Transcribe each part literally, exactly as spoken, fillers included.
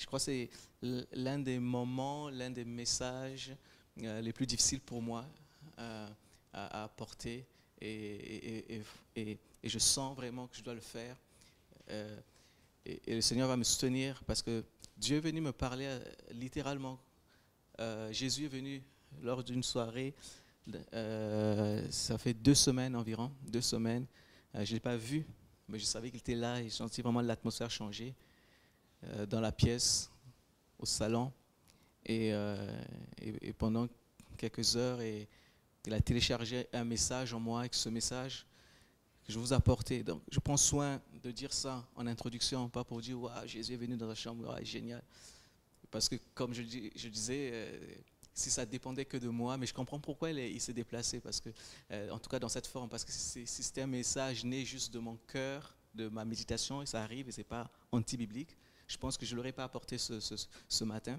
je crois que c'est l'un des moments, l'un des messages euh, les plus difficiles pour moi euh, à, à porter. Et, et, et, et, et je sens vraiment que je dois le faire. Euh, et, et le Seigneur va me soutenir parce que Dieu est venu me parler euh, littéralement. Euh, Jésus est venu lors d'une soirée, euh, ça fait deux semaines environ, deux semaines. Euh, je ne l'ai pas vu, mais je savais qu'il était là et j'ai senti vraiment l'atmosphère changer euh, dans la pièce, au salon. Et, euh, et, et pendant quelques heures, et, il a téléchargé un message en moi, et ce message que je vous apportais. Donc, je prends soin de dire ça en introduction, pas pour dire waouh, Jésus est venu dans la chambre, wow, génial. Parce que, comme je, je disais, euh, si ça dépendait que de moi, mais je comprends pourquoi il, il s'est déplacé, parce que, euh, en tout cas dans cette forme, parce que si c'était un message né juste de mon cœur, de ma méditation, et ça arrive, et ce n'est pas anti-biblique, je pense que je ne l'aurais pas apporté ce, ce, ce matin.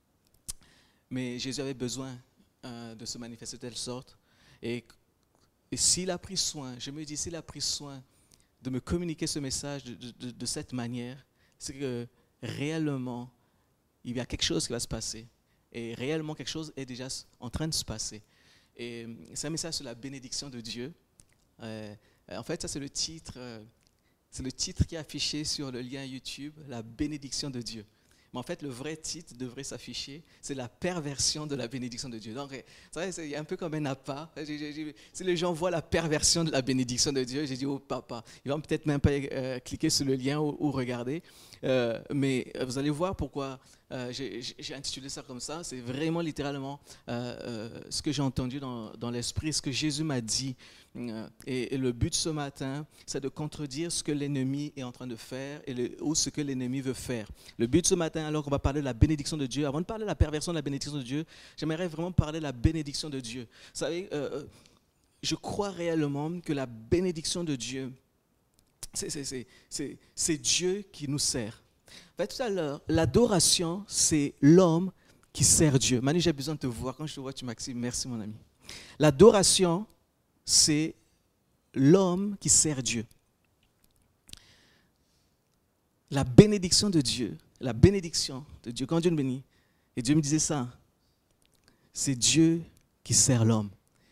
Mais Jésus avait besoin euh, de se manifester de telle sorte. Et, et s'il a pris soin, je me dis, s'il a pris soin de me communiquer ce message de, de, de, de cette manière, c'est que réellement, il y a quelque chose qui va se passer. Et réellement, quelque chose est déjà en train de se passer. Et c'est un message sur la bénédiction de Dieu. Euh, en fait, ça, c'est le titre, euh, c'est le titre qui est affiché sur le lien YouTube, la bénédiction de Dieu. Mais en fait, le vrai titre devrait s'afficher, c'est la perversion de la bénédiction de Dieu. Donc, c'est un peu comme un appât. Si les gens voient la perversion de la bénédiction de Dieu, j'ai dit, oh papa, ils vont peut-être même pas euh, cliquer sur le lien ou, ou regarder. Euh, mais vous allez voir pourquoi euh, j'ai intitulé ça comme ça. C'est vraiment littéralement euh, euh, ce que j'ai entendu dans, dans l'esprit, ce que Jésus m'a dit. Et, et le but ce matin, c'est de contredire ce que l'ennemi est en train de faire et le, ou ce que l'ennemi veut faire. Le but ce matin, alors qu'on va parler de la bénédiction de Dieu, avant de parler de la perversion de la bénédiction de Dieu, j'aimerais vraiment parler de la bénédiction de Dieu. Vous savez, euh, je crois réellement que la bénédiction de Dieu, c'est Dieu qui nous sert. En fait, tout à l'heure, l'adoration, c'est l'homme qui sert Dieu. Manu, j'ai besoin de te voir. Quand je te vois, tu m'acceptes. Merci, mon ami. L'adoration, c'est l'homme qui sert Dieu. La bénédiction de Dieu, la bénédiction de Dieu, quand Dieu nous bénit, et Dieu me disait ça, c'est Dieu qui sert l'homme.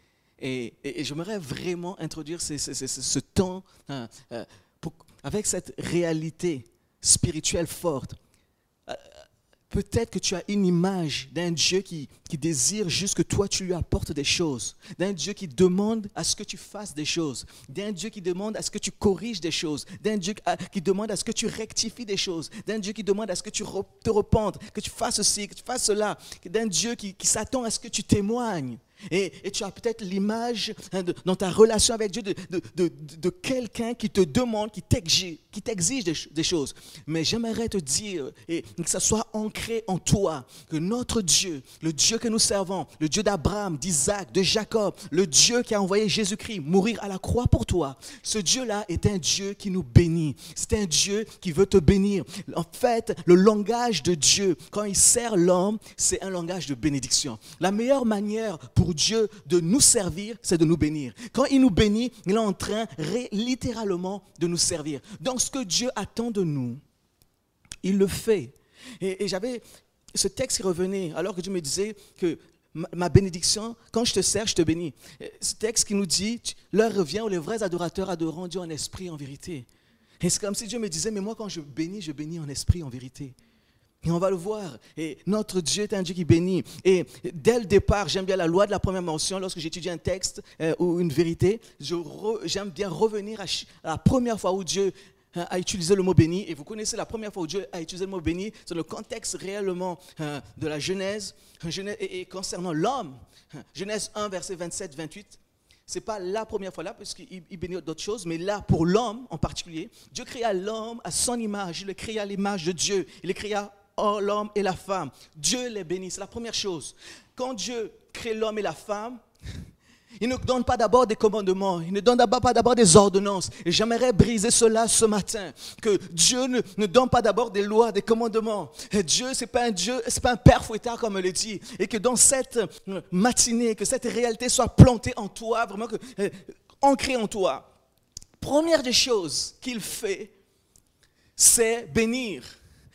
Et, et, et j'aimerais vraiment introduire ce, ce, ce, ce temps hein, euh, pour, avec cette réalité spirituelle forte. Euh, Peut-être que tu as une image d'un Dieu qui, qui désire juste que toi, tu lui apportes des choses. D'un Dieu qui demande à ce que tu fasses des choses. D'un Dieu qui demande à ce que tu corriges des choses. D'un Dieu qui demande à ce que tu rectifies des choses. D'un Dieu qui demande à ce que tu te repentes, que tu fasses ceci, que tu fasses cela. D'un Dieu qui, qui s'attend à ce que tu témoignes. Et, et tu as peut-être l'image hein, dans ta relation avec Dieu de, de, de, de quelqu'un qui te demande, qui t'exige des, des choses. Mais j'aimerais te dire, et que ça soit ancré en toi, que notre Dieu, le Dieu que nous servons, le Dieu d'Abraham, d'Isaac, de Jacob, le Dieu qui a envoyé Jésus-Christ mourir à la croix pour toi, ce Dieu-là est un Dieu qui nous bénit. C'est un Dieu qui veut te bénir. En fait, le langage de Dieu, quand il sert l'homme, c'est un langage de bénédiction. La meilleure manière pour Dieu de nous servir, c'est de nous bénir. Quand il nous bénit, il est en train ré, littéralement de nous servir. Donc ce que Dieu attend de nous, il le fait. Et, et j'avais ce texte qui revenait alors que Dieu me disait que ma, ma bénédiction, quand je te sers, je te bénis. Ce texte qui nous dit, l'heure revient où les vrais adorateurs adoreront Dieu en esprit et en vérité. Et c'est comme si Dieu me disait, mais moi quand je bénis, je bénis en esprit et en vérité. Et on va le voir. Et notre Dieu est un Dieu qui bénit. Et dès le départ, j'aime bien la loi de la première mention. Lorsque j'étudie un texte euh, ou une vérité, j'aime bien revenir à, à la première fois où Dieu euh, a utilisé le mot béni. Et vous connaissez la première fois où Dieu a utilisé le mot béni, c'est le contexte réellement euh, de la Genèse, Genèse et, et concernant l'homme. Genèse un, verset vingt-sept vingt-huit. Ce n'est pas la première fois là, parce qu'il bénit d'autres choses, mais là, pour l'homme en particulier, Dieu créa l'homme à son image. Il le créa à l'image de Dieu. Il le créa l'homme et la femme. Dieu les bénit, c'est la première chose. Quand Dieu crée l'homme et la femme, il ne donne pas d'abord des commandements, il ne donne pas d'abord des ordonnances. Et j'aimerais briser cela ce matin, que Dieu ne, ne donne pas d'abord des lois, des commandements. Et Dieu, ce n'est pas un Dieu, c'est pas un père fouettard comme on le dit. Et que dans cette matinée, que cette réalité soit plantée en toi, vraiment que, euh, ancrée en toi. Première des choses qu'il fait, c'est bénir.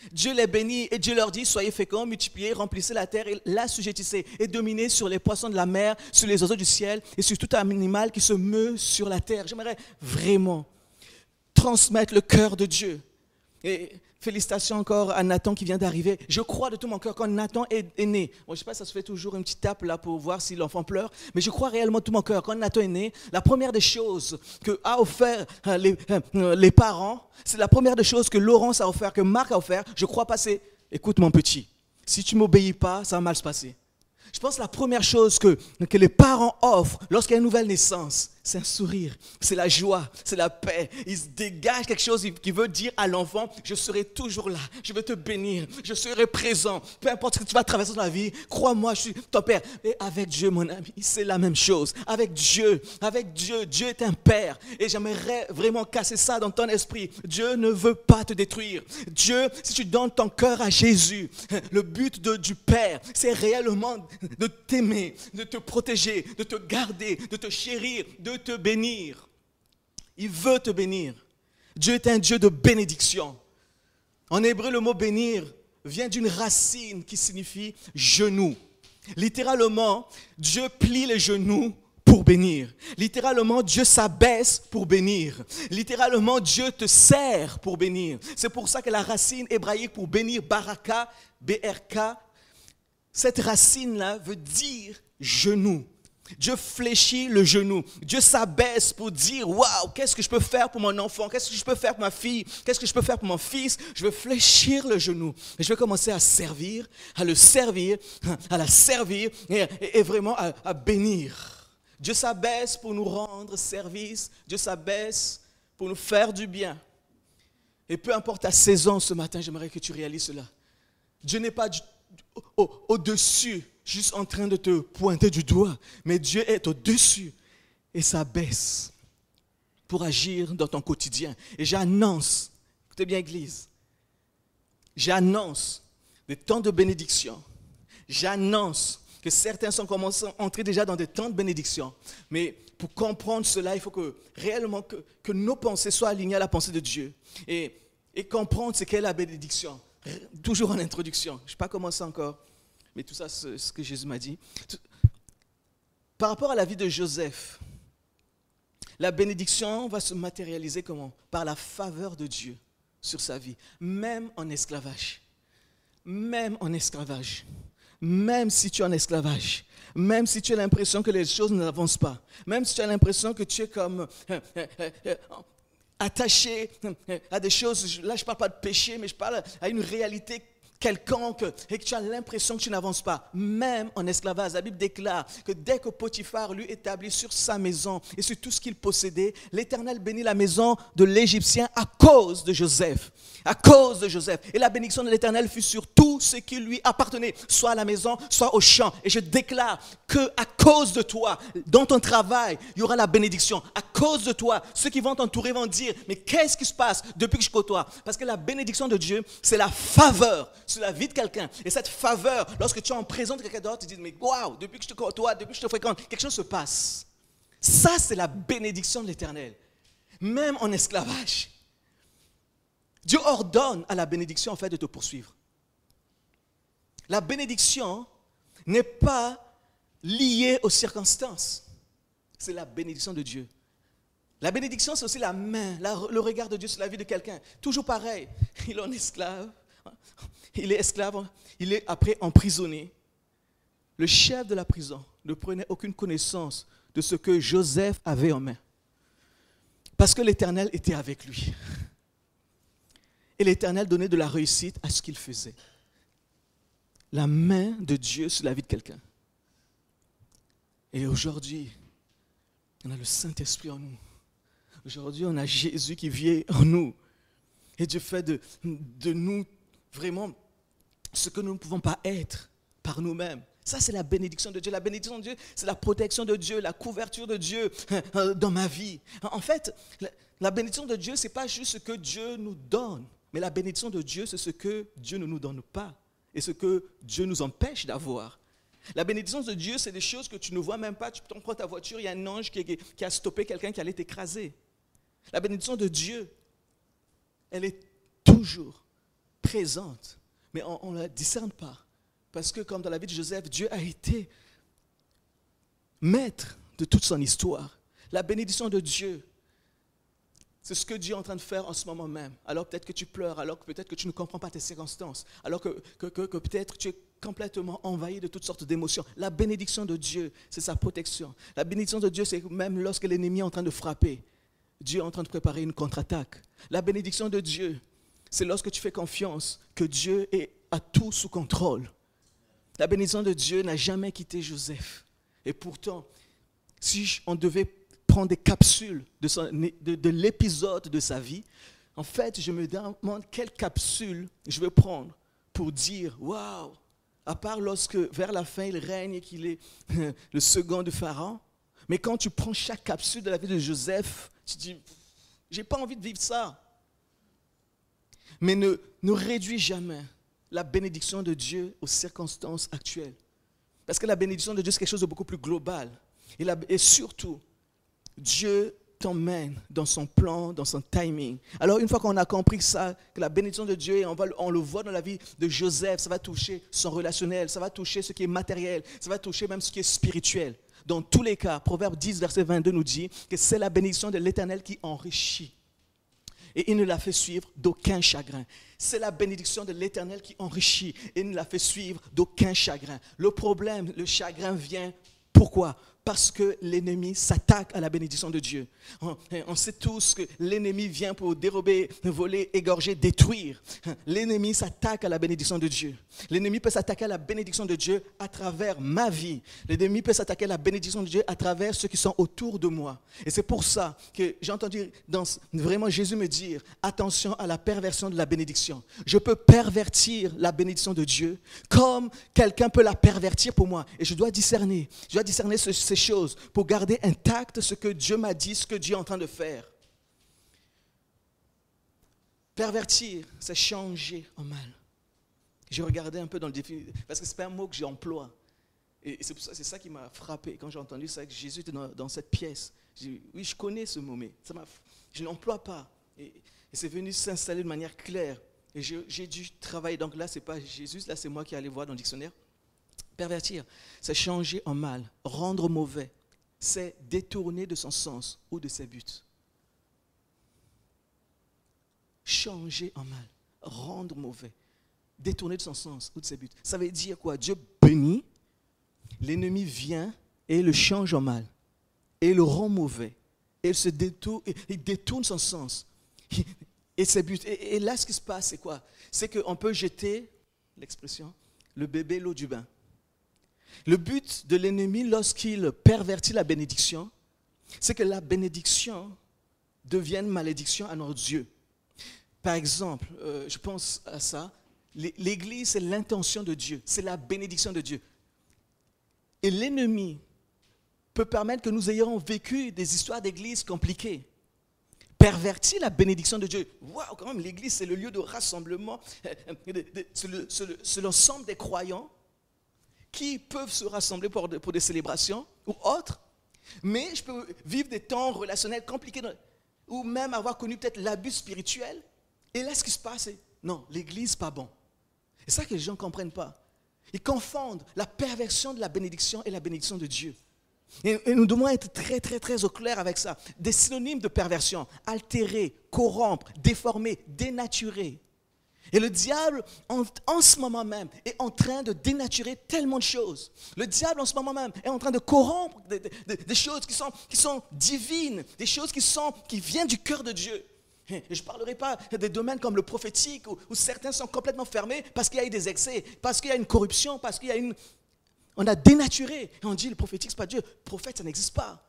Dieu les bénit et Dieu leur dit, soyez féconds, multipliez, remplissez la terre et l'assujettissez et dominez sur les poissons de la mer, sur les oiseaux du ciel et sur tout animal qui se meut sur la terre. J'aimerais vraiment transmettre le cœur de Dieu. Et félicitations encore à Nathan qui vient d'arriver. Je crois de tout mon cœur quand Nathan est, est né. Bon, je ne sais pas, ça se fait toujours une petite tape là pour voir si l'enfant pleure, mais je crois réellement de tout mon cœur quand Nathan est né, la première des choses que a offert euh, les, euh, les parents, c'est la première des choses que Laurence a offert, que Marc a offert. Je crois pas, c'est, écoute mon petit, si tu ne m'obéis pas, ça va mal se passer. Je pense que la première chose que, que les parents offrent lorsqu'il y a une nouvelle naissance, c'est un sourire, c'est la joie, c'est la paix. Il se dégage quelque chose qui veut dire à l'enfant, je serai toujours là, je vais te bénir, je serai présent. Peu importe ce que tu vas traverser dans la vie, crois-moi, je suis ton père. Et avec Dieu, mon ami, c'est la même chose. Avec Dieu, avec Dieu, Dieu est un père. Et j'aimerais vraiment casser ça dans ton esprit. Dieu ne veut pas te détruire. Dieu, si tu donnes ton cœur à Jésus, le but de, du Père, c'est réellement de t'aimer, de te protéger, de te garder, de te chérir, de te bénir. Il veut te bénir. Dieu est un Dieu de bénédiction. En hébreu, le mot bénir vient d'une racine qui signifie genou. Littéralement, Dieu plie les genoux pour bénir. Littéralement, Dieu s'abaisse pour bénir. Littéralement, Dieu te serre pour bénir. C'est pour ça que la racine hébraïque pour bénir, baraka, B R K, cette racine-là veut dire genou. Dieu fléchit le genou. Dieu s'abaisse pour dire, waouh, qu'est-ce que je peux faire pour mon enfant? Qu'est-ce que je peux faire pour ma fille? Qu'est-ce que je peux faire pour mon fils? Je veux fléchir le genou. Et je vais commencer à servir, à le servir, à la servir et, et, et vraiment à, à bénir. Dieu s'abaisse pour nous rendre service. Dieu s'abaisse pour nous faire du bien. Et peu importe ta saison ce matin, j'aimerais que tu réalises cela. Dieu n'est pas du, au, au-dessus, juste en train de te pointer du doigt, mais Dieu est au-dessus et s'abaisse pour agir dans ton quotidien. Et j'annonce, écoutez bien Église, j'annonce des temps de bénédiction. J'annonce que certains sont commencés à entrer déjà dans des temps de bénédiction. Mais pour comprendre cela, il faut que réellement que, que nos pensées soient alignées à la pensée de Dieu. Et, et comprendre ce qu'est la bénédiction. Toujours en introduction. Je n'ai pas commencé encore, mais tout ça, c'est ce que Jésus m'a dit. Par rapport à la vie de Joseph, la bénédiction va se matérialiser comment? Par la faveur de Dieu sur sa vie, même en esclavage. Même en esclavage. Même si tu es en esclavage, même si tu as l'impression que les choses n'avancent pas, même si tu as l'impression que tu es comme euh, euh, euh, attaché à des choses, là je ne parle pas de péché, mais je parle à une réalité quelconque et que tu as l'impression que tu n'avances pas, même en esclavage. La Bible déclare que dès que Potiphar lui établit sur sa maison et sur tout ce qu'il possédait, l'Éternel bénit la maison de l'Égyptien à cause de Joseph. À cause de Joseph. Et la bénédiction de l'Éternel fut sur tout ce qui lui appartenait, soit à la maison, soit au champ. Et je déclare qu'à cause de toi, dans ton travail, il y aura la bénédiction. À cause de toi, ceux qui vont t'entourer vont dire, mais qu'est-ce qui se passe depuis que je côtoie? Parce que la bénédiction de Dieu, c'est la faveur sur la vie de quelqu'un. Et cette faveur, lorsque tu en présentes quelqu'un d'autre, tu dis, mais waouh, depuis que je te côtoie, depuis que je te fréquente, quelque chose se passe. Ça, c'est la bénédiction de l'Éternel. Même en esclavage. Dieu ordonne à la bénédiction, en fait, de te poursuivre. La bénédiction n'est pas liée aux circonstances. C'est la bénédiction de Dieu. La bénédiction, c'est aussi la main, la, le regard de Dieu sur la vie de quelqu'un. Toujours pareil. Il est en esclave. Il est esclave. Il est après emprisonné. Le chef de la prison ne prenait aucune connaissance de ce que Joseph avait en main. Parce que l'Éternel était avec lui. Et l'Éternel donnait de la réussite à ce qu'il faisait. La main de Dieu sur la vie de quelqu'un. Et aujourd'hui, on a le Saint-Esprit en nous. Aujourd'hui, on a Jésus qui vit en nous. Et Dieu fait de, de nous vraiment ce que nous ne pouvons pas être par nous-mêmes. Ça, c'est la bénédiction de Dieu. La bénédiction de Dieu, c'est la protection de Dieu, la couverture de Dieu dans ma vie. En fait, la, la bénédiction de Dieu, ce n'est pas juste ce que Dieu nous donne. Mais la bénédiction de Dieu, c'est ce que Dieu ne nous donne pas et ce que Dieu nous empêche d'avoir. La bénédiction de Dieu, c'est des choses que tu ne vois même pas. Tu prends ta voiture, il y a un ange qui, qui a stoppé quelqu'un qui allait t'écraser. La bénédiction de Dieu, elle est toujours présente, mais on ne la discerne pas. Parce que comme dans la vie de Joseph, Dieu a été maître de toute son histoire. La bénédiction de Dieu, c'est ce que Dieu est en train de faire en ce moment même. Alors peut-être que tu pleures, alors que peut-être que tu ne comprends pas tes circonstances, alors que, que, que, que peut-être tu es complètement envahi de toutes sortes d'émotions. La bénédiction de Dieu, c'est sa protection. La bénédiction de Dieu, c'est même lorsque l'ennemi est en train de frapper, Dieu est en train de préparer une contre-attaque. La bénédiction de Dieu, c'est lorsque tu fais confiance que Dieu est à tout sous contrôle. La bénédiction de Dieu n'a jamais quitté Joseph. Et pourtant, si on devait prendre des capsules de, son, de, de l'épisode de sa vie, en fait, je me demande quelle capsule je vais prendre pour dire, waouh, à part lorsque vers la fin il règne et qu'il est le second de Pharaon, mais quand tu prends chaque capsule de la vie de Joseph, tu dis, j'ai pas envie de vivre ça. Mais ne, ne réduis jamais la bénédiction de Dieu aux circonstances actuelles. Parce que la bénédiction de Dieu, c'est quelque chose de beaucoup plus global. Et, la, et surtout, Dieu t'emmène dans son plan, dans son timing. Alors, une fois qu'on a compris ça, que la bénédiction de Dieu, on, va, on le voit dans la vie de Joseph, ça va toucher son relationnel, ça va toucher ce qui est matériel, ça va toucher même ce qui est spirituel. Dans tous les cas, Proverbe dix, verset vingt-deux nous dit que c'est la bénédiction de l'Éternel qui enrichit. Et il ne la fait suivre d'aucun chagrin. C'est la bénédiction de l'Éternel qui enrichit et il ne la fait suivre d'aucun chagrin. Le problème, le chagrin vient, pourquoi ? Parce que l'ennemi s'attaque à la bénédiction de Dieu. On, on sait tous que l'ennemi vient pour dérober, voler, égorger, détruire. L'ennemi s'attaque à la bénédiction de Dieu. L'ennemi peut s'attaquer à la bénédiction de Dieu à travers ma vie. L'ennemi peut s'attaquer à la bénédiction de Dieu à travers ceux qui sont autour de moi. Et c'est pour ça que j'ai entendu dans, vraiment Jésus me dire, attention à la perversion de la bénédiction. Je peux pervertir la bénédiction de Dieu comme quelqu'un peut la pervertir pour moi. Et je dois discerner, je dois discerner ce, ce choses pour garder intact ce que Dieu m'a dit, ce que Dieu est en train de faire. Pervertir, c'est changer en mal. J'ai regardé un peu dans le défi, parce que ce n'est pas un mot que j'emploie. Et c'est, ça, c'est ça qui m'a frappé quand j'ai entendu ça, que Jésus était dans, dans cette pièce. J'ai dit, oui, je connais ce mot, mais ça m'a, je ne l'emploie pas. Et, et c'est venu s'installer de manière claire. Et je, j'ai dû travailler. Donc là, ce n'est pas Jésus, là, c'est moi qui allais voir dans le dictionnaire. Pervertir, c'est changer en mal, rendre mauvais, c'est détourner de son sens ou de ses buts. Changer en mal, rendre mauvais, détourner de son sens ou de ses buts. Ça veut dire quoi? Dieu bénit, l'ennemi vient et le change en mal, et le rend mauvais, et il, se détourne, il détourne son sens et ses buts. Et, et là, ce qui se passe, c'est quoi? C'est qu'on peut jeter, l'expression, le bébé l'eau du bain. Le but de l'ennemi, lorsqu'il pervertit la bénédiction, c'est que la bénédiction devienne malédiction à notre Dieu. Par exemple, euh, je pense à ça, l'Église, c'est l'intention de Dieu, c'est la bénédiction de Dieu. Et l'ennemi peut permettre que nous ayons vécu des histoires d'Église compliquées. Pervertir la bénédiction de Dieu. Waouh, quand même, l'Église, c'est le lieu de rassemblement, c'est, le, c'est, le, c'est l'ensemble des croyants qui peuvent se rassembler pour, pour des célébrations ou autres, mais je peux vivre des temps relationnels compliqués ou même avoir connu peut-être l'abus spirituel. Et là, ce qui se passe, c'est non, l'Église, pas bon. C'est ça que les gens ne comprennent pas. Ils confondent la perversion de la bénédiction et la bénédiction de Dieu. Et, et nous devons être très, très, très au clair avec ça. Des synonymes de perversion, altérer, corrompre, déformer, dénaturer. Et le diable, en, en ce moment même, est en train de dénaturer tellement de choses. Le diable, en ce moment même, est en train de corrompre des, des, des choses qui sont, qui sont divines, des choses qui, sont, qui viennent du cœur de Dieu. Et je ne parlerai pas des domaines comme le prophétique, où, où certains sont complètement fermés parce qu'il y a eu des excès, parce qu'il y a une corruption, parce qu'il y a une... On a dénaturé. Et on dit, le prophétique, ce n'est pas Dieu. Le prophète, ça n'existe pas.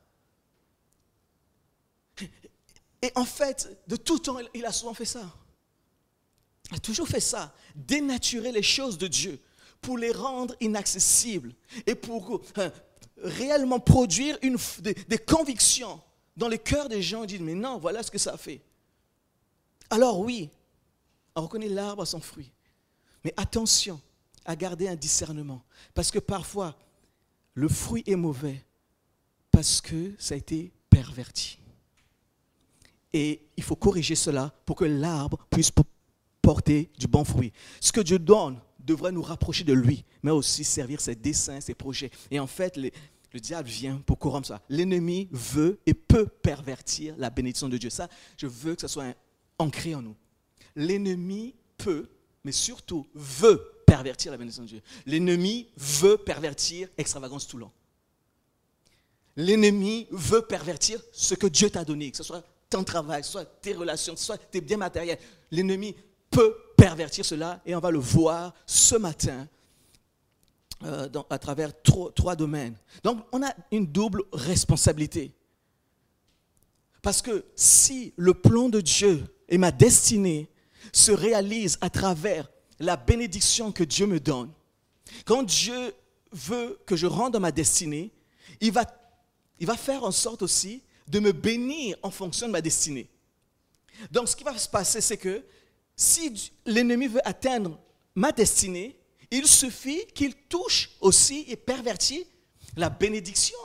Et en fait, de tout temps, il a souvent fait ça. Il a toujours fait ça, dénaturer les choses de Dieu pour les rendre inaccessibles et pour hein, réellement produire une, des, des convictions dans le cœur des gens. Ils disent, mais non, voilà ce que ça fait. Alors oui, on reconnaît l'arbre à son fruit. Mais attention à garder un discernement. Parce que parfois, le fruit est mauvais parce que ça a été perverti. Et il faut corriger cela pour que l'arbre puisse porter du bon fruit. Ce que Dieu donne devrait nous rapprocher de lui, mais aussi servir ses desseins, ses projets. Et en fait, les, le diable vient pour corrompre ça. L'ennemi veut et peut pervertir la bénédiction de Dieu. Ça, je veux que ça soit ancré en nous. L'ennemi peut, mais surtout veut pervertir la bénédiction de Dieu. L'ennemi veut pervertir Extravagance Toulon. L'ennemi veut pervertir ce que Dieu t'a donné, que ce soit ton travail, que ce soit tes relations, que ce soit tes biens matériels. L'ennemi peut pervertir cela et on va le voir ce matin euh, dans, à travers trois, trois domaines. Donc, on a une double responsabilité. Parce que si le plan de Dieu et ma destinée se réalisent à travers la bénédiction que Dieu me donne, quand Dieu veut que je rentre dans ma destinée, il va, il va faire en sorte aussi de me bénir en fonction de ma destinée. Donc, ce qui va se passer, c'est que si l'ennemi veut atteindre ma destinée, il suffit qu'il touche aussi et pervertit la bénédiction.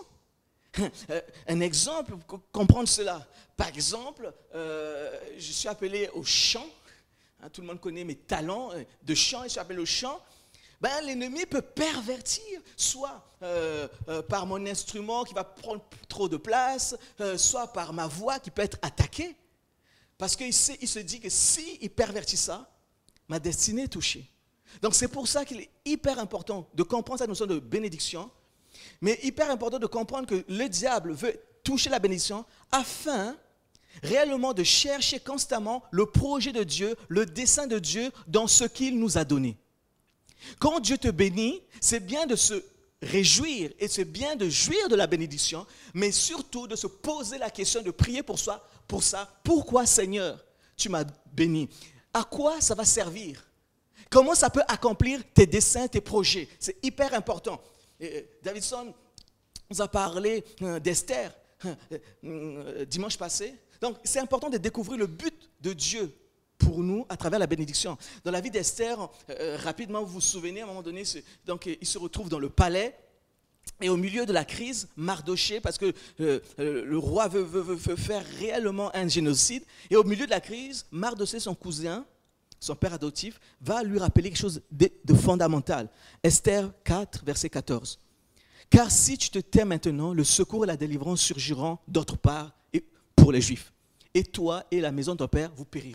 Un exemple pour comprendre cela. Par exemple, euh, je suis appelé au chant. Hein, tout le monde connaît mes talents de chant et je suis appelé au chant. Ben, l'ennemi peut pervertir, soit euh, euh, par mon instrument qui va prendre trop de place, euh, soit par ma voix qui peut être attaquée. Parce qu'il sait, il se dit que s'il pervertit ça, ma destinée est touchée. Donc c'est pour ça qu'il est hyper important de comprendre cette notion de bénédiction, mais hyper important de comprendre que le diable veut toucher la bénédiction afin réellement de chercher constamment le projet de Dieu, le dessein de Dieu dans ce qu'il nous a donné. Quand Dieu te bénit, c'est bien de se réjouir et c'est bien de jouir de la bénédiction, mais surtout de se poser la question, de prier pour ça, pour ça. Pourquoi, Seigneur, tu m'as béni? À quoi ça va servir? Comment ça peut accomplir tes desseins, tes projets? C'est hyper important. Et Davidson nous a parlé d'Esther dimanche passé. Donc, c'est important de découvrir le but de Dieu pour nous à travers la bénédiction. Dans la vie d'Esther, euh, rapidement, vous vous souvenez, à un moment donné, donc, il se retrouve dans le palais et au milieu de la crise, Mardoché, parce que euh, le roi veut, veut, veut faire réellement un génocide, et au milieu de la crise, Mardoché, son cousin, son père adoptif, va lui rappeler quelque chose de, de fondamental. Esther quatre, verset quatorze. « Car si tu te tais maintenant, le secours et la délivrance surgiront d'autre part et pour les Juifs. Et toi et la maison de ton père, vous périrez. »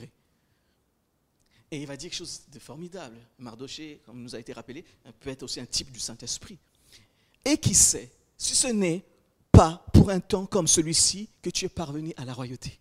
Et il va dire quelque chose de formidable. Mardoché, comme nous a été rappelé, peut être aussi un type du Saint-Esprit. Et qui sait, si ce n'est pas pour un temps comme celui-ci que tu es parvenu à la royauté.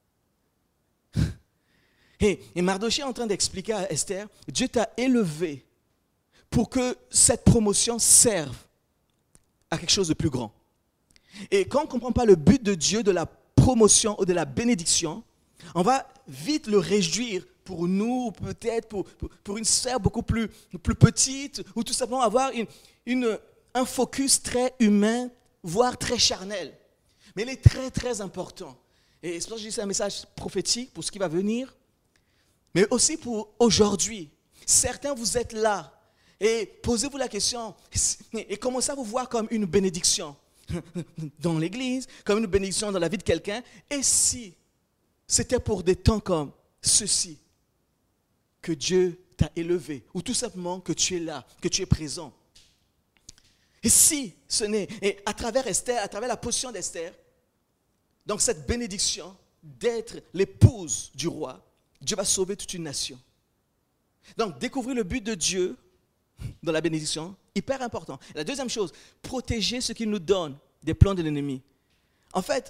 Et, et Mardoché est en train d'expliquer à Esther, Dieu t'a élevé pour que cette promotion serve à quelque chose de plus grand. Et quand on ne comprend pas le but de Dieu, de la promotion ou de la bénédiction, on va vite le réjouir pour nous, peut-être pour, pour, pour une sphère beaucoup plus, plus petite, ou tout simplement avoir une, une, un focus très humain, voire très charnel. Mais il est très, très important. Et c'est pour ça que je dis c'est un message prophétique pour ce qui va venir, mais aussi pour aujourd'hui. Certains, vous êtes là, et posez-vous la question, et commencez à vous voir comme une bénédiction dans l'église, comme une bénédiction dans la vie de quelqu'un. Et si c'était pour des temps comme ceci, que Dieu t'a élevé, ou tout simplement que tu es là, que tu es présent. Et si ce n'est, et à travers Esther, à travers la position d'Esther, donc cette bénédiction d'être l'épouse du roi, Dieu va sauver toute une nation. Donc découvrir le but de Dieu dans la bénédiction, hyper important. La deuxième chose, protéger ce qu'il nous donne des plans de l'ennemi. En fait,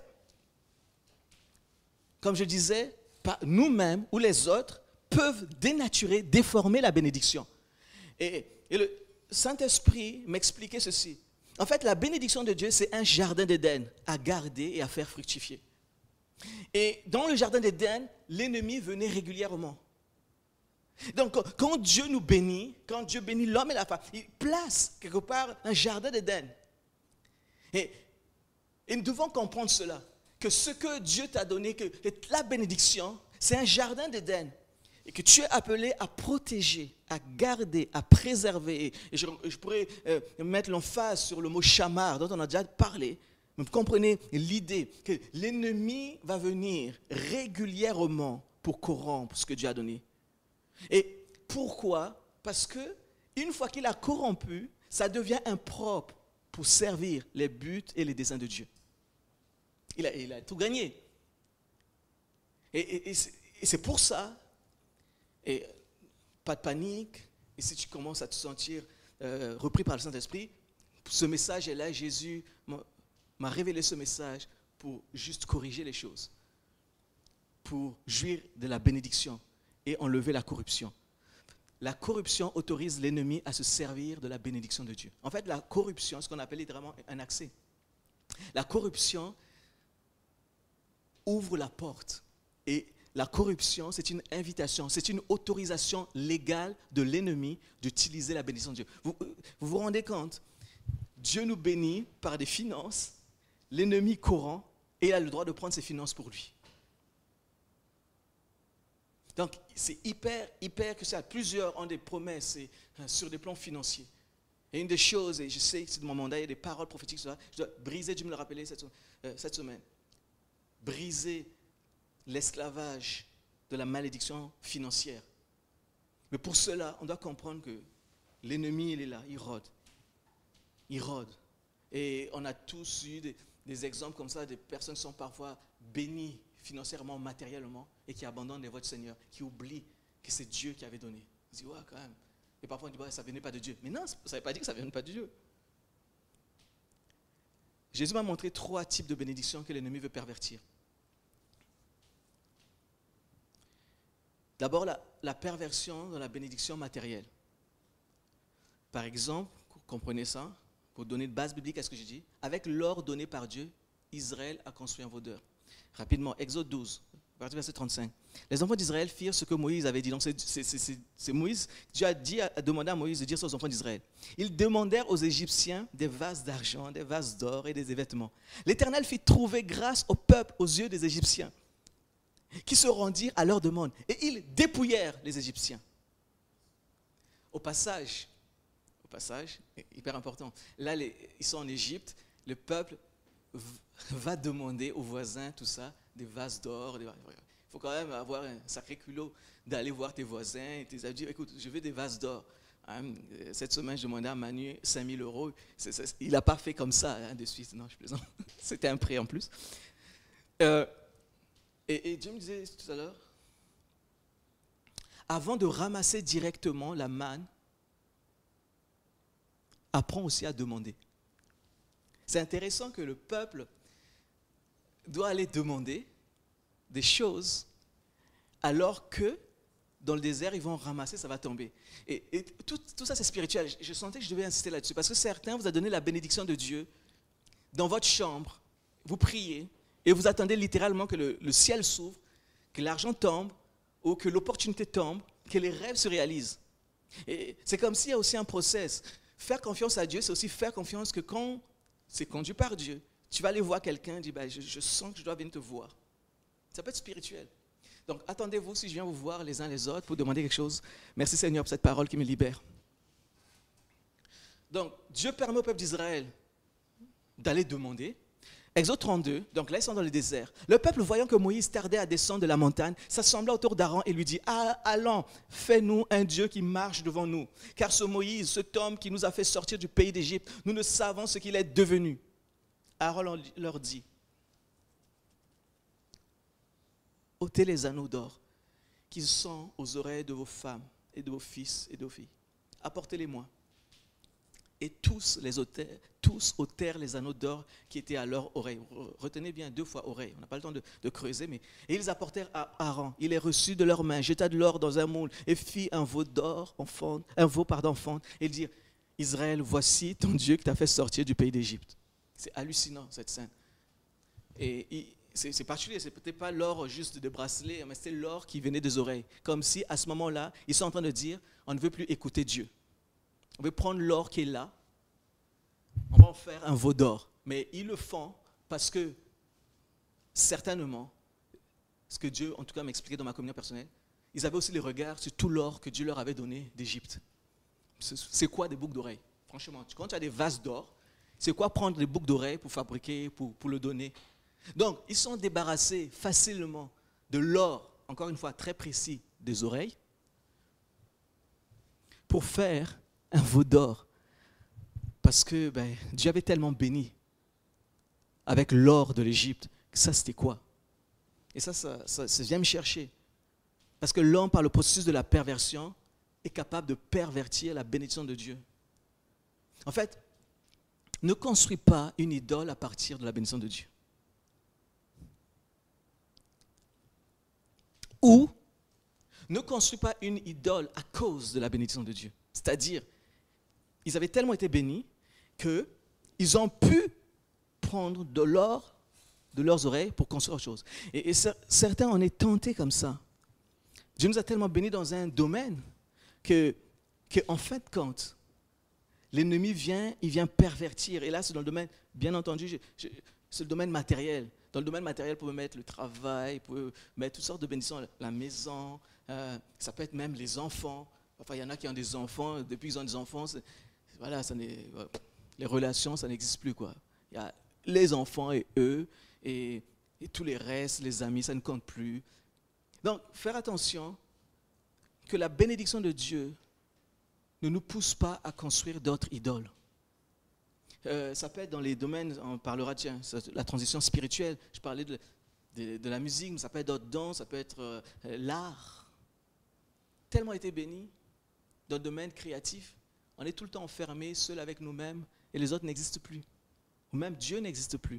comme je disais, nous-mêmes ou les autres peuvent dénaturer, déformer la bénédiction. Et, et le Saint-Esprit m'expliquait ceci. En fait, la bénédiction de Dieu, c'est un jardin d'Éden à garder et à faire fructifier. Et dans le jardin d'Éden, l'ennemi venait régulièrement. Donc, quand Dieu nous bénit, quand Dieu bénit l'homme et la femme, il place quelque part un jardin d'Éden. Et, et nous devons comprendre cela, que ce que Dieu t'a donné, que la bénédiction, c'est un jardin d'Éden. Et que tu es appelé à protéger, à garder, à préserver. Et je, je pourrais euh, mettre l'emphase sur le mot chamar, dont on a déjà parlé. Vous comprenez l'idée que l'ennemi va venir régulièrement pour corrompre ce que Dieu a donné. Et pourquoi? Parce que une fois qu'il a corrompu, ça devient impropre pour servir les buts et les desseins de Dieu. Il a, il a tout gagné. Et, et, et, c'est, et c'est pour ça, et pas de panique, et si tu commences à te sentir euh, repris par le Saint-Esprit, ce message est là, Jésus m'a, m'a révélé ce message pour juste corriger les choses, pour jouir de la bénédiction et enlever la corruption. La corruption autorise l'ennemi à se servir de la bénédiction de Dieu. En fait, la corruption, ce qu'on appelle littéralement un accès. La corruption ouvre la porte. Et la corruption, c'est une invitation, c'est une autorisation légale de l'ennemi d'utiliser la bénédiction de Dieu. Vous vous, vous rendez compte? Dieu nous bénit par des finances, l'ennemi corrompt et il a le droit de prendre ses finances pour lui. Donc, c'est hyper, hyper que ça. Plusieurs ont des promesses et, euh, sur des plans financiers. Et une des choses, et je sais que c'est de mon mandat, il y a des paroles prophétiques sur ça, je dois briser, Dieu me le rappelait cette, euh, cette semaine, briser l'esclavage de la malédiction financière. Mais pour cela, on doit comprendre que l'ennemi, il est là, il rôde. Il rôde. Et on a tous eu des, des exemples comme ça, des personnes qui sont parfois bénies financièrement, matériellement, et qui abandonnent les voies du Seigneur, qui oublient que c'est Dieu qui avait donné. On se dit, ouais, quand même. Et parfois on dit, ouais, ça ne venait pas de Dieu. Mais non, ça ne veut pas dire que ça ne venait pas de Dieu. Jésus m'a montré trois types de bénédictions que l'ennemi veut pervertir. D'abord, la, la perversion dans la bénédiction matérielle. Par exemple, comprenez ça, pour donner une base biblique à ce que j'ai dit, avec l'or donné par Dieu, Israël a construit un vaudeur. Rapidement, Exode douze, verset trente-cinq. Les enfants d'Israël firent ce que Moïse avait dit. Donc c'est, c'est, c'est, c'est Moïse, Dieu a, dit, a demandé à Moïse de dire ça aux enfants d'Israël. Ils demandèrent aux Égyptiens des vases d'argent, des vases d'or et des vêtements. L'Éternel fit trouver grâce au peuple aux yeux des Égyptiens, qui se rendirent à leur demande. Et ils dépouillèrent les Égyptiens. Au passage, au passage, hyper important, là les, ils sont en Égypte, le peuple va demander aux voisins, tout ça, des vases d'or. Des... Il faut quand même avoir un sacré culot d'aller voir tes voisins et tes amis, dire, écoute, je veux des vases d'or. Hein, cette semaine, je demandais à Manu cinq mille euros. C'est, c'est, il n'a pas fait comme ça, hein, de suite. Non, je plaisante. C'était un prêt en plus. Euh, et, et Dieu me disait tout à l'heure, avant de ramasser directement la manne, apprends aussi à demander. C'est intéressant que le peuple doit aller demander des choses alors que dans le désert, ils vont ramasser, ça va tomber. Et, et tout, tout ça, c'est spirituel. Je, je sentais que je devais insister là-dessus parce que certains vous ont donné la bénédiction de Dieu dans votre chambre, vous priez et vous attendez littéralement que le, le ciel s'ouvre, que l'argent tombe ou que l'opportunité tombe, que les rêves se réalisent. Et c'est comme s'il y a aussi un process. Faire confiance à Dieu, c'est aussi faire confiance que quand c'est conduit par Dieu, tu vas aller voir quelqu'un et dire, bah, je, je sens que je dois venir te voir. Ça peut être spirituel. Donc, attendez-vous si je viens vous voir les uns les autres pour demander quelque chose. Merci Seigneur pour cette parole qui me libère. Donc, Dieu permet au peuple d'Israël d'aller demander. Exode trente-deux, donc là ils sont dans le désert. Le peuple, voyant que Moïse tardait à descendre de la montagne, s'assembla autour d'Aaron et lui dit, ah, allons, fais-nous un Dieu qui marche devant nous. Car ce Moïse, cet homme qui nous a fait sortir du pays d'Égypte, nous ne savons ce qu'il est devenu. Aaron leur dit, ôtez les anneaux d'or qui sont aux oreilles de vos femmes et de vos fils et de vos filles. Apportez-les-moi. Et tous les ôtèrent, tous ôtèrent les anneaux d'or qui étaient à leur oreille. Retenez bien, deux fois oreille. On n'a pas le temps de, de creuser, mais et ils apportèrent à Aaron. Il les reçut de leurs mains, jeta de l'or dans un moule et fit un veau d'or en fonte, un veau pardon fonte. Et dit, Israël, voici ton Dieu qui t'a fait sortir du pays d'Égypte. C'est hallucinant cette scène. Et il, c'est, c'est particulier, c'est peut-être pas l'or juste de bracelet, mais c'est l'or qui venait des oreilles. Comme si à ce moment-là, ils sont en train de dire, on ne veut plus écouter Dieu. On veut prendre l'or qui est là, on va en faire un veau d'or. Mais ils le font parce que, certainement, ce que Dieu, en tout cas, m'a expliqué dans ma communion personnelle, ils avaient aussi les regards sur tout l'or que Dieu leur avait donné d'Égypte. C'est quoi des boucles d'oreilles? Franchement, quand tu as des vases d'or, c'est quoi prendre des boucles d'oreilles pour fabriquer, pour, pour le donner? Donc, ils sont débarrassés facilement de l'or, encore une fois très précis, des oreilles, pour faire un veau d'or. Parce que ben, Dieu avait tellement béni avec l'or de l'Égypte que ça, c'était quoi? Et ça, ça, ça, ça vient me chercher. Parce que l'homme, par le processus de la perversion, est capable de pervertir la bénédiction de Dieu. En fait, ne construis pas une idole à partir de la bénédiction de Dieu. Ou ne construis pas une idole à cause de la bénédiction de Dieu. C'est-à-dire, ils avaient tellement été bénis qu'ils ont pu prendre de l'or de leurs oreilles pour construire autre chose. Et, et certains en est tentés comme ça. Dieu nous a tellement bénis dans un domaine que, que en fin de compte, l'ennemi vient, il vient pervertir. Et là, c'est dans le domaine, bien entendu, je, je, c'est le domaine matériel. Dans le domaine matériel, vous pouvez mettre le travail, vous pouvez mettre toutes sortes de bénédictions, la maison, euh, ça peut être même les enfants. Enfin, il y en a qui ont des enfants, depuis qu'ils ont des enfants, c'est, voilà, ça les relations, ça n'existe plus, quoi. Il y a les enfants et eux, et, et tous les restes, les amis, ça ne compte plus. Donc, faire attention que la bénédiction de Dieu ne nous pousse pas à construire d'autres idoles. Euh, ça peut être dans les domaines, on parlera, tiens, la transition spirituelle, je parlais de, de, de la musique, mais ça peut être d'autres dons, ça peut être euh, l'art. Tellement été béni dans le domaine créatif, on est tout le temps enfermé, seul avec nous-mêmes, et les autres n'existent plus. Ou même Dieu n'existe plus.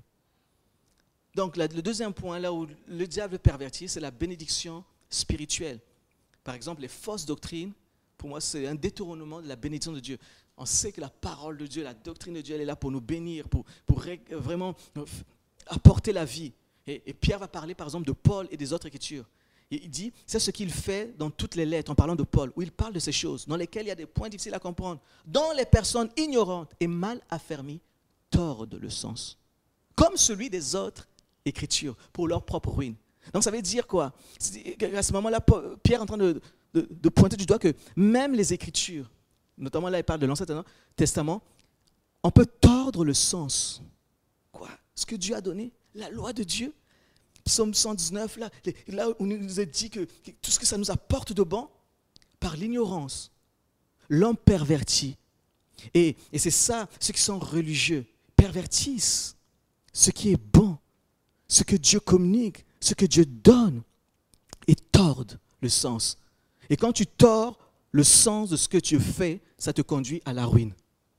Donc, la, le deuxième point, là où le diable pervertit, c'est la bénédiction spirituelle. Par exemple, les fausses doctrines, pour moi, c'est un détournement de la bénédiction de Dieu. On sait que la parole de Dieu, la doctrine de Dieu, elle est là pour nous bénir, pour, pour vraiment apporter la vie. Et, et Pierre va parler, par exemple, de Paul et des autres écritures. Et il dit, c'est ce qu'il fait dans toutes les lettres, en parlant de Paul, où il parle de ces choses, dans lesquelles il y a des points difficiles à comprendre, dont les personnes ignorantes et mal affermies tordent le sens, comme celui des autres écritures, pour leur propre ruine. Donc ça veut dire quoi? À ce moment-là, Pierre est en train de, de, de pointer du doigt que même les écritures, notamment là il parle de l'Ancien Testament, on peut tordre le sens. Quoi? Ce que Dieu a donné, la loi de Dieu. Psaume cent dix-neuf, là, là où il nous est dit que, que tout ce que ça nous apporte de bon, par l'ignorance, l'homme pervertit. Et, et c'est ça, ceux qui sont religieux pervertissent ce qui est bon, ce que Dieu communique, ce que Dieu donne, et tordent le sens. Et quand tu tords le sens de ce que tu fais, ça te conduit à la ruine.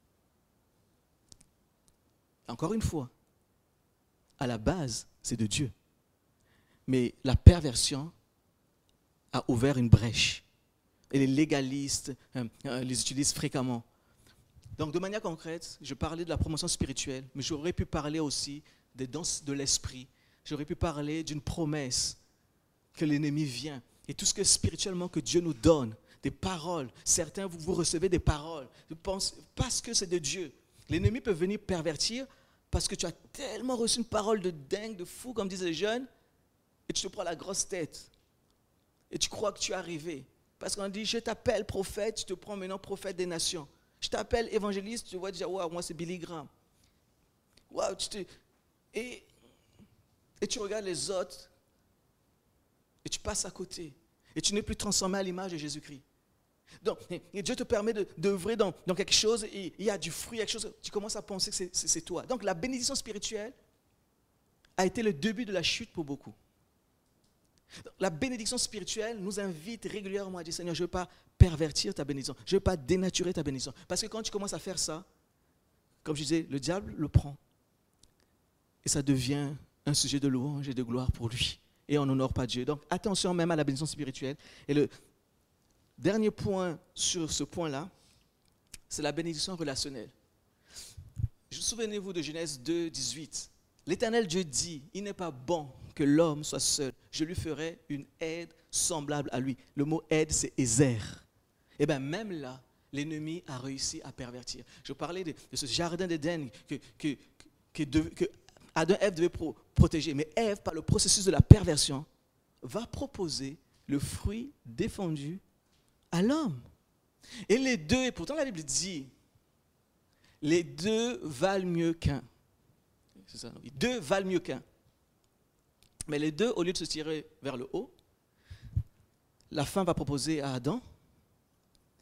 Encore une fois, à la base, c'est de Dieu. Mais la perversion a ouvert une brèche. Et les légalistes euh, les utilisent fréquemment. Donc, de manière concrète, je parlais de la promotion spirituelle, mais j'aurais pu parler aussi des dons de l'esprit. J'aurais pu parler d'une promesse que l'ennemi vient. Et tout ce que spirituellement que Dieu nous donne, des paroles. Certains, vous, vous recevez des paroles. Je pense, parce que c'est de Dieu. L'ennemi peut venir pervertir parce que tu as tellement reçu une parole de dingue, de fou, comme disent les jeunes, et tu te prends la grosse tête. Et tu crois que tu es arrivé. Parce qu'on dit, je t'appelle prophète, tu te prends maintenant prophète des nations. Je t'appelle évangéliste, tu vois déjà, waouh, moi c'est Billy Graham. Waouh, tu te... Et, et tu regardes les autres, et tu passes à côté. Et tu n'es plus transformé à l'image de Jésus-Christ. Donc, et Dieu te permet d'œuvrer dans, dans quelque chose, et il y a du fruit, quelque chose, tu commences à penser que c'est, c'est, c'est toi. Donc la bénédiction spirituelle a été le début de la chute pour beaucoup. La bénédiction spirituelle nous invite régulièrement à dire, Seigneur, je ne veux pas pervertir ta bénédiction, je ne veux pas dénaturer ta bénédiction. Parce que quand tu commences à faire ça, comme je disais, le diable le prend. Et ça devient un sujet de louange et de gloire pour lui. Et on n'honore pas Dieu. Donc attention même à la bénédiction spirituelle. Et le dernier point sur ce point-là, c'est la bénédiction relationnelle. Souvenez-vous de Genèse deux, dix-huit. L'Éternel Dieu dit, il n'est pas bon que l'homme soit seul. Je lui ferai une aide semblable à lui. Le mot aide, c'est Ézer. Et bien même là, l'ennemi a réussi à pervertir. Je parlais de, de ce jardin d'Éden que, que, que, que, que Adam et Ève devaient pro, protéger. Mais Ève, par le processus de la perversion, va proposer le fruit défendu à l'homme. Et les deux, et pourtant la Bible dit, les deux valent mieux qu'un. C'est ça, les deux valent mieux qu'un. Mais les deux, au lieu de se tirer vers le haut, la femme va proposer à Adam,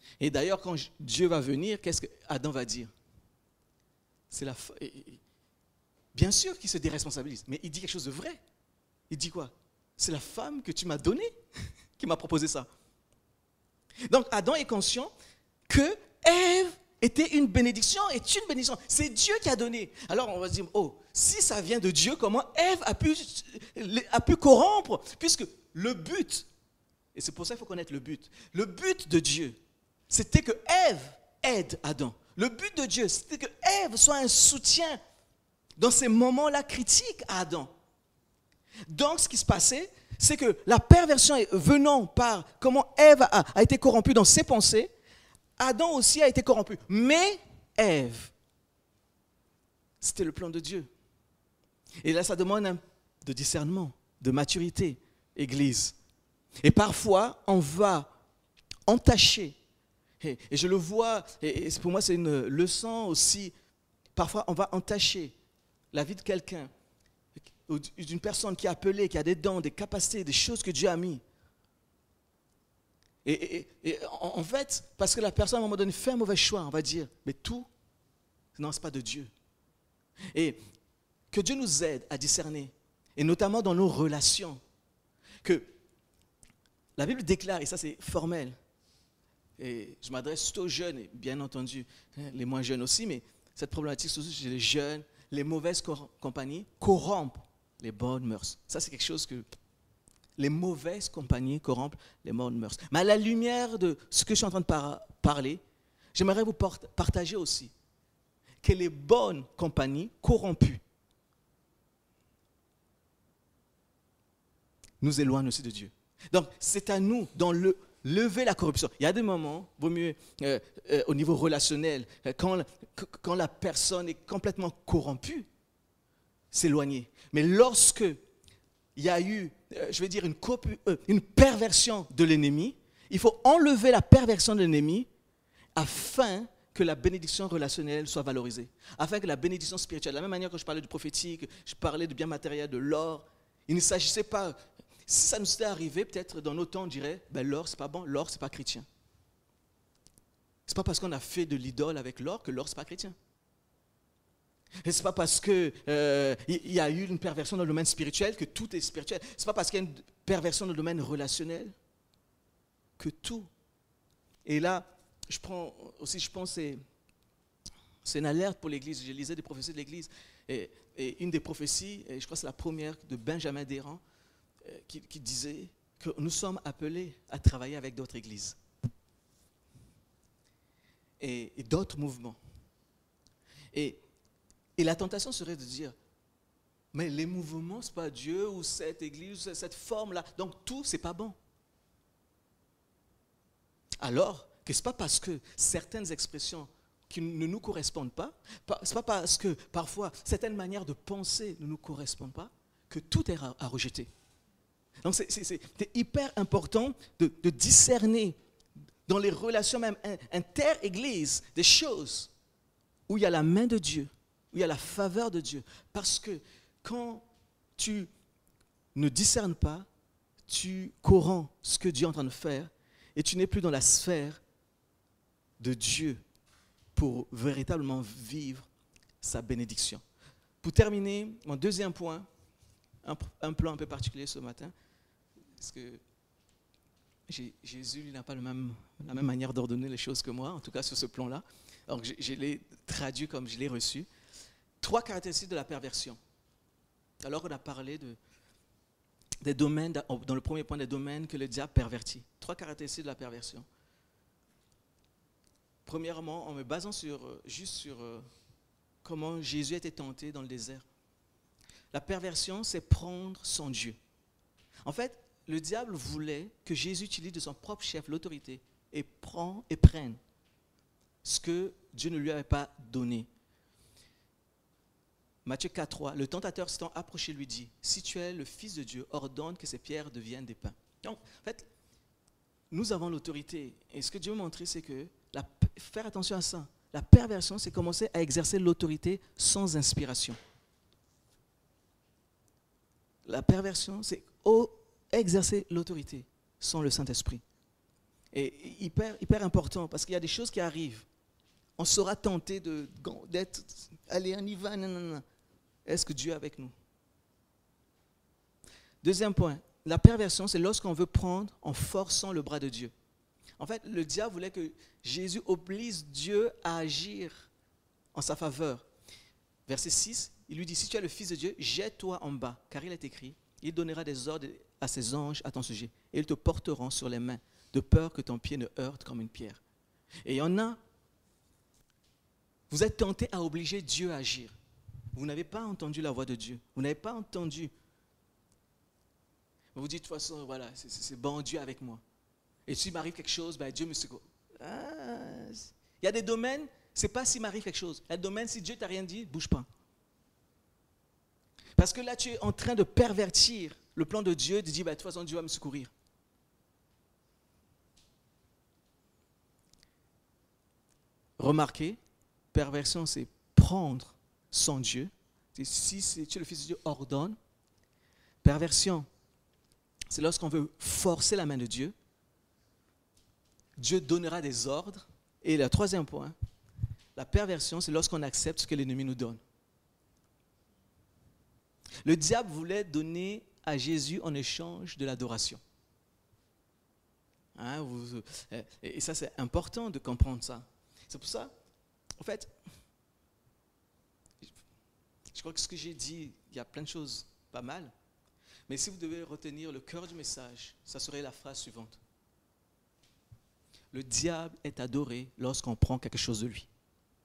Et d'ailleurs, quand Dieu va venir, qu'est-ce que Adam va dire? C'est la fa- Bien sûr qu'il se déresponsabilise, mais il dit quelque chose de vrai. Il dit quoi? C'est la femme que tu m'as donnée qui m'a proposé ça. Donc Adam est conscient que Ève était une bénédiction, est une bénédiction. C'est Dieu qui a donné. Alors on va se dire, oh, si ça vient de Dieu, comment Ève a pu, a pu corrompre? Puisque le but, et c'est pour ça qu'il faut connaître le but, le but de Dieu, c'était que Ève aide Adam. Le but de Dieu, c'était que Ève soit un soutien dans ces moments-là critiques à Adam. Donc ce qui se passait, c'est que la perversion venant par comment Ève a, a été corrompue dans ses pensées, Adam aussi a été corrompu. Mais Ève, c'était le plan de Dieu. Et là, ça demande un, de discernement, de maturité, Église. Et parfois, on va entacher. Et, et je le vois, et, et pour moi, c'est une leçon aussi. Parfois, on va entacher la vie de quelqu'un, d'une personne qui est appelée, qui a des dons, des capacités, des choses que Dieu a mis. Et, et, et en fait, parce que la personne à un moment donné fait un mauvais choix, on va dire, mais tout, non, ce n'est pas de Dieu. Et que Dieu nous aide à discerner, et notamment dans nos relations, que la Bible déclare, et ça c'est formel, et je m'adresse surtout aux jeunes, et bien entendu, les moins jeunes aussi, mais cette problématique, surtout chez les jeunes, les mauvaises compagnies corrompent les bonnes mœurs. Ça c'est quelque chose que... Les mauvaises compagnies corrompent les bonnes mœurs. Mais à la lumière de ce que je suis en train de par- parler, j'aimerais vous partager aussi que les bonnes compagnies corrompues nous éloignent aussi de Dieu. Donc, c'est à nous d'en le, lever la corruption. Il y a des moments, vaut mieux euh, euh, au niveau relationnel, euh, quand, quand la personne est complètement corrompue, s'éloigner. Mais lorsque il y a eu, euh, je vais dire, une, copu- euh, une perversion de l'ennemi, il faut enlever la perversion de l'ennemi afin que la bénédiction relationnelle soit valorisée, afin que la bénédiction spirituelle, de la même manière que je parlais du prophétique, je parlais du bien matériel, de l'or, il ne s'agissait pas, si ça nous était arrivé, peut-être dans nos temps, on dirait, ben, l'or, c'est pas bon, l'or, c'est pas chrétien. C'est pas parce qu'on a fait de l'idole avec l'or que l'or, c'est pas chrétien. Et ce n'est pas parce qu'il euh, y a eu une perversion dans le domaine spirituel que tout est spirituel. Ce n'est pas parce qu'il y a une perversion dans le domaine relationnel que tout. Et là, je prends aussi, je pense, c'est, c'est une alerte pour l'Église. Je lisais des prophéties de l'Église. Et, et une des prophéties, et je crois que c'est la première de Benjamin Déran, euh, qui, qui disait que nous sommes appelés à travailler avec d'autres églises et, et d'autres mouvements. Et Et la tentation serait de dire, mais les mouvements, ce n'est pas Dieu ou cette église, cette forme-là. Donc tout, ce n'est pas bon. Alors que ce n'est pas parce que certaines expressions qui ne nous correspondent pas, ce n'est pas parce que parfois certaines manières de penser ne nous correspondent pas, que tout est à rejeter. Donc c'est, c'est, c'est hyper important de, de discerner dans les relations même inter-églises des choses où il y a la main de Dieu, où il y a la faveur de Dieu. Parce que quand tu ne discernes pas, tu corromps ce que Dieu est en train de faire et tu n'es plus dans la sphère de Dieu pour véritablement vivre sa bénédiction. Pour terminer, mon deuxième point, un, un plan un peu particulier ce matin, parce que Jésus il n'a pas le même, la même manière d'ordonner les choses que moi, en tout cas sur ce plan-là. Donc je, je l'ai traduit comme je l'ai reçu. Trois caractéristiques de la perversion. Alors on a parlé de, des domaines, dans le premier point, des domaines que le diable pervertit. Trois caractéristiques de la perversion. Premièrement, en me basant sur, juste sur euh, comment Jésus a été tenté dans le désert. La perversion, c'est prendre son Dieu. En fait, le diable voulait que Jésus utilise de son propre chef l'autorité et prend et prenne ce que Dieu ne lui avait pas donné. Matthieu quatre, trois, le tentateur s'étant approché lui dit, si tu es le Fils de Dieu, ordonne que ces pierres deviennent des pains. Donc, en fait, nous avons l'autorité. Et ce que Dieu m'a montré, c'est que, la, faire attention à ça, la perversion, c'est commencer à exercer l'autorité sans inspiration. La perversion, c'est exercer l'autorité sans le Saint-Esprit. Et hyper, hyper important, parce qu'il y a des choses qui arrivent. On sera tenté de, d'être, allez, on y va, non, non, non. Est-ce que Dieu est avec nous? Deuxième point, la perversion, c'est lorsqu'on veut prendre en forçant le bras de Dieu. En fait, le diable voulait que Jésus oblige Dieu à agir en sa faveur. Verset six, il lui dit, si tu es le Fils de Dieu, jette-toi en bas, car il est écrit, il donnera des ordres à ses anges à ton sujet, et ils te porteront sur les mains, de peur que ton pied ne heurte comme une pierre. Et il y en a, vous êtes tentés à obliger Dieu à agir. Vous n'avez pas entendu la voix de Dieu, vous n'avez pas entendu. Vous vous dites, de toute façon, voilà, c'est, c'est bon, Dieu est avec moi. Et s'il m'arrive quelque chose, ben Dieu me secoue. Ah, il y a des domaines, ce n'est pas s'il m'arrive quelque chose. Il y a des domaines, si Dieu ne t'a rien dit, bouge pas. Parce que là, tu es en train de pervertir le plan de Dieu, de dire, ben, de toute façon, Dieu va me secourir. Remarquez, perversion, c'est prendre sans Dieu. Si tu es le Fils de Dieu, ordonne. Perversion, c'est lorsqu'on veut forcer la main de Dieu. Dieu donnera des ordres. Et le troisième point, la perversion, c'est lorsqu'on accepte ce que l'ennemi nous donne. Le diable voulait donner à Jésus en échange de l'adoration. Hein, vous, et ça, c'est important de comprendre ça. C'est pour ça, en fait, je crois que ce que j'ai dit, il y a plein de choses pas mal. Mais si vous devez retenir le cœur du message, ça serait la phrase suivante. Le diable est adoré lorsqu'on prend quelque chose de lui.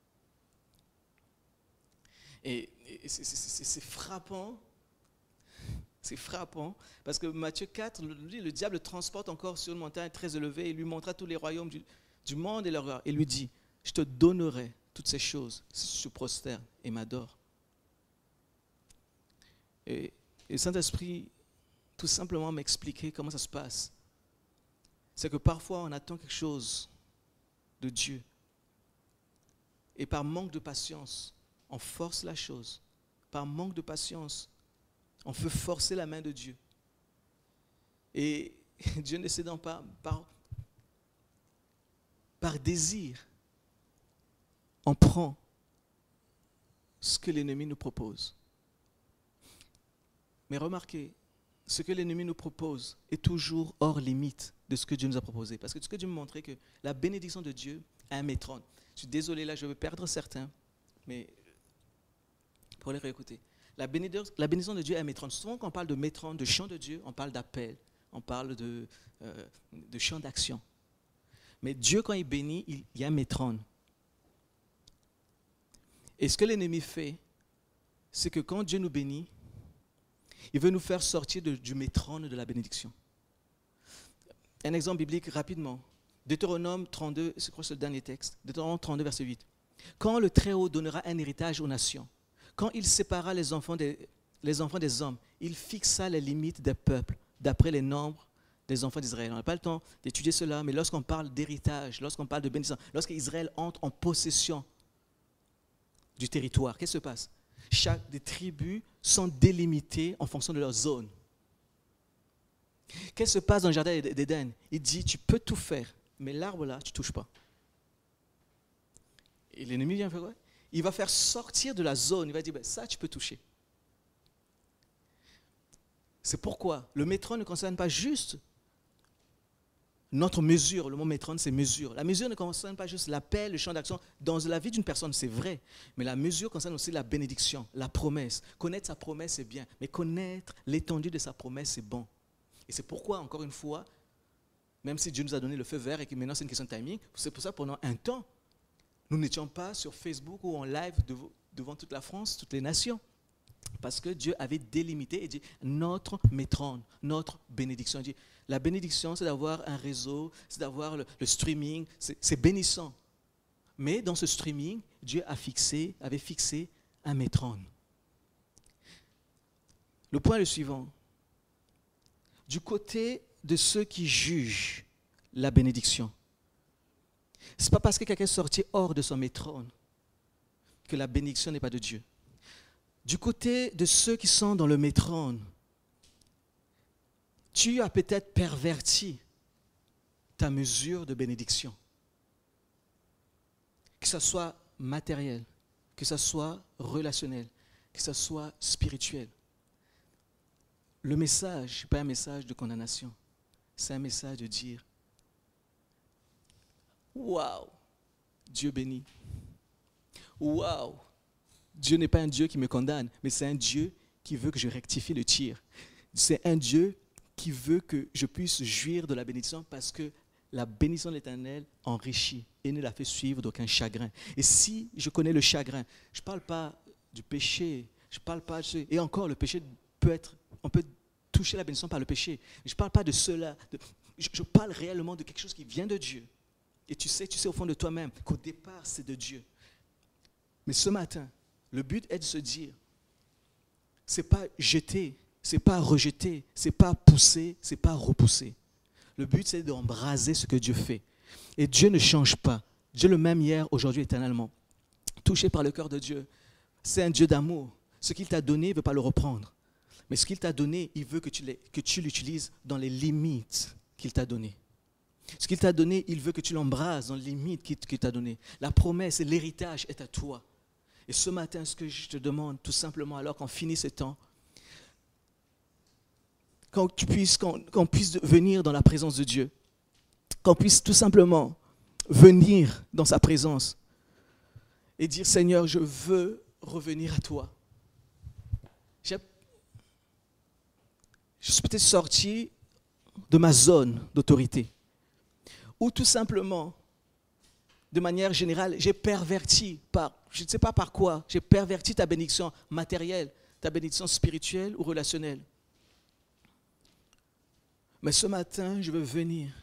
Et, et c'est, c'est, c'est frappant, c'est frappant, parce que Matthieu quatre, lui, le diable le transporte encore sur une montagne très élevée et lui montra tous les royaumes du, du monde et leur gloire. Et lui dit, je te donnerai toutes ces choses si tu te prosternes et m'adores. Et, et le Saint-Esprit, tout simplement m'expliquer comment ça se passe. C'est que parfois on attend quelque chose de Dieu. Et par manque de patience, on force la chose. Par manque de patience, on veut forcer la main de Dieu. Et Dieu ne cédant pas, par, par désir, on prend ce que l'ennemi nous propose. Mais remarquez, ce que l'ennemi nous propose est toujours hors limite de ce que Dieu nous a proposé. Parce que ce que Dieu me montrait, que la bénédiction de Dieu a un métron. Je suis désolé, là, je vais perdre certains, mais pour les réécouter. La bénédiction, la bénédiction de Dieu a un métron. Souvent, quand on parle de métron, de chant de Dieu, on parle d'appel, on parle de, euh, de chant d'action. Mais Dieu, quand il bénit, il, il y a un métron. Et ce que l'ennemi fait, c'est que quand Dieu nous bénit, il veut nous faire sortir de, du métron de la bénédiction. Un exemple biblique rapidement. Deutéronome trente-deux, je crois que c'est le dernier texte. Deutéronome trente-deux, verset huit. Quand le Très-Haut donnera un héritage aux nations, quand il sépara les enfants des, les enfants des hommes, il fixa les limites des peuples d'après les nombres des enfants d'Israël. On n'a pas le temps d'étudier cela, mais lorsqu'on parle d'héritage, lorsqu'on parle de bénédiction, lorsqu'Israël entre en possession du territoire, qu'est-ce qui se passe? Chaque des tribus sont délimitées en fonction de leur zone. Qu'est-ce qui se passe dans le jardin d'Éden? Il dit, tu peux tout faire, mais l'arbre là, tu ne touches pas. Et l'ennemi vient faire quoi? Il va faire sortir de la zone, il va dire, ben, ça tu peux toucher. C'est pourquoi le métron ne concerne pas juste notre mesure. Le mot métron, c'est mesure. La mesure ne concerne pas juste l'appel, le champ d'action. Dans la vie d'une personne, c'est vrai. Mais la mesure concerne aussi la bénédiction, la promesse. Connaître sa promesse, c'est bien. Mais connaître l'étendue de sa promesse, c'est bon. Et c'est pourquoi, encore une fois, même si Dieu nous a donné le feu vert et que maintenant c'est une question de timing, c'est pour ça que pendant un temps, nous n'étions pas sur Facebook ou en live devant toute la France, toutes les nations. Parce que Dieu avait délimité et dit notre métron, notre bénédiction. Il dit, la bénédiction, c'est d'avoir un réseau, c'est d'avoir le, le streaming, c'est, c'est bénissant. Mais dans ce streaming, Dieu a fixé, avait fixé un métron. Le point est le suivant. Du côté de ceux qui jugent la bénédiction, ce n'est pas parce que quelqu'un est sorti hors de son métron que la bénédiction n'est pas de Dieu. Du côté de ceux qui sont dans le métron, tu as peut-être perverti ta mesure de bénédiction. Que ce soit matériel, que ce soit relationnel, que ce soit spirituel. Le message, ce n'est pas un message de condamnation, c'est un message de dire « Waouh, Dieu bénit. Waouh, Dieu n'est pas un Dieu qui me condamne, mais c'est un Dieu qui veut que je rectifie le tir. C'est un Dieu qui veut que je puisse jouir de la bénédiction parce que la bénédiction de l'Éternel enrichit et ne la fait suivre d'aucun chagrin. Et si je connais le chagrin, je ne parle pas du péché, je ne parle pas de ce... Et encore, le péché peut être... On peut toucher la bénédiction par le péché. Je ne parle pas de cela. De, je, je parle réellement de quelque chose qui vient de Dieu. Et tu sais, tu sais au fond de toi-même qu'au départ, c'est de Dieu. Mais ce matin, le but est de se dire, ce n'est pas jeter, ce n'est pas rejeter, ce n'est pas pousser, ce n'est pas repousser. Le but, c'est d'embraser ce que Dieu fait. Et Dieu ne change pas. Dieu le même hier, aujourd'hui, éternellement. Touché par le cœur de Dieu. C'est un Dieu d'amour. Ce qu'il t'a donné, il ne veut pas le reprendre. Mais ce qu'il t'a donné, il veut que tu, que tu l'utilises dans les limites qu'il t'a données. Ce qu'il t'a donné, il veut que tu l'embrases dans les limites qu'il, qu'il t'a données. La promesse et l'héritage est à toi. Et ce matin, ce que je te demande, tout simplement, alors qu'on finit ce temps, qu'on puisse, qu'on, qu'on puisse venir dans la présence de Dieu, qu'on puisse tout simplement venir dans sa présence et dire, Seigneur, je veux revenir à toi. J'ai, je suis peut-être sorti de ma zone d'autorité, ou tout simplement, de manière générale, j'ai perverti, par, je ne sais pas par quoi, j'ai perverti ta bénédiction matérielle, ta bénédiction spirituelle ou relationnelle. Mais ce matin, je veux venir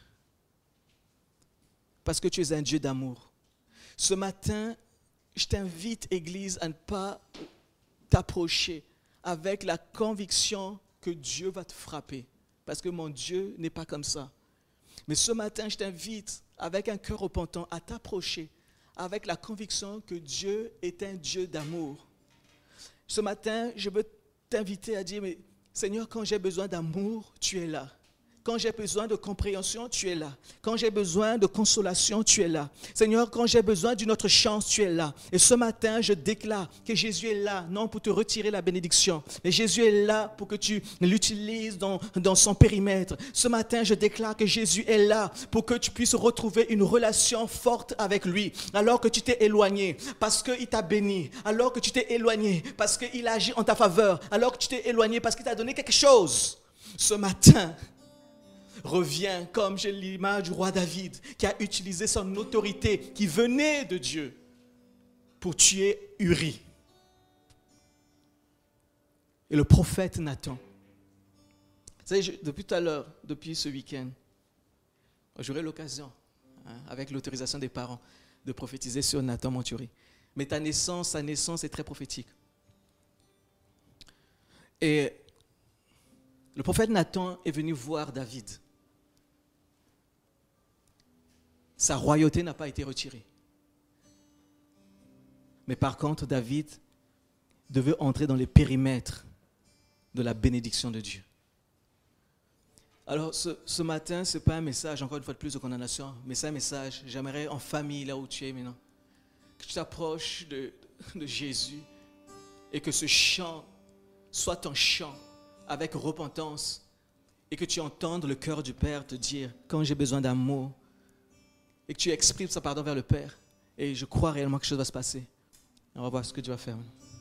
parce que tu es un Dieu d'amour. Ce matin, je t'invite, Église, à ne pas t'approcher avec la conviction que Dieu va te frapper. Parce que mon Dieu n'est pas comme ça. Mais ce matin, je t'invite, avec un cœur repentant, à t'approcher avec la conviction que Dieu est un Dieu d'amour. Ce matin, je veux t'inviter à dire, mais Seigneur, quand j'ai besoin d'amour, tu es là. Quand j'ai besoin de compréhension, tu es là. Quand j'ai besoin de consolation, tu es là. Seigneur, quand j'ai besoin d'une autre chance, tu es là. Et ce matin, je déclare que Jésus est là, non pour te retirer la bénédiction, mais Jésus est là pour que tu l'utilises dans, dans son périmètre. Ce matin, je déclare que Jésus est là pour que tu puisses retrouver une relation forte avec lui, alors que tu t'es éloigné, parce qu'il t'a béni, alors que tu t'es éloigné, parce qu'il a agi en ta faveur, alors que tu t'es éloigné, parce qu'il t'a donné quelque chose. Ce matin, reviens comme j'ai l'image du roi David qui a utilisé son autorité qui venait de Dieu pour tuer Uri. Et le prophète Nathan. Vous savez, je, depuis tout à l'heure, depuis ce week-end, j'aurai l'occasion, hein, avec l'autorisation des parents, de prophétiser sur Nathan Montury. Mais ta naissance, sa naissance est très prophétique. Et le prophète Nathan est venu voir David. Sa royauté n'a pas été retirée. Mais par contre, David devait entrer dans les périmètres de la bénédiction de Dieu. Alors, ce, ce matin, ce n'est pas un message, encore une fois de plus, de condamnation, mais c'est un message, j'aimerais en famille, là où tu es maintenant, que tu t'approches de, de Jésus et que ce chant soit ton chant avec repentance et que tu entendes le cœur du Père te dire, quand j'ai besoin d'amour, et que tu exprimes sa pardon vers le Père. Et je crois réellement que quelque chose va se passer. On va voir ce que Dieu va faire.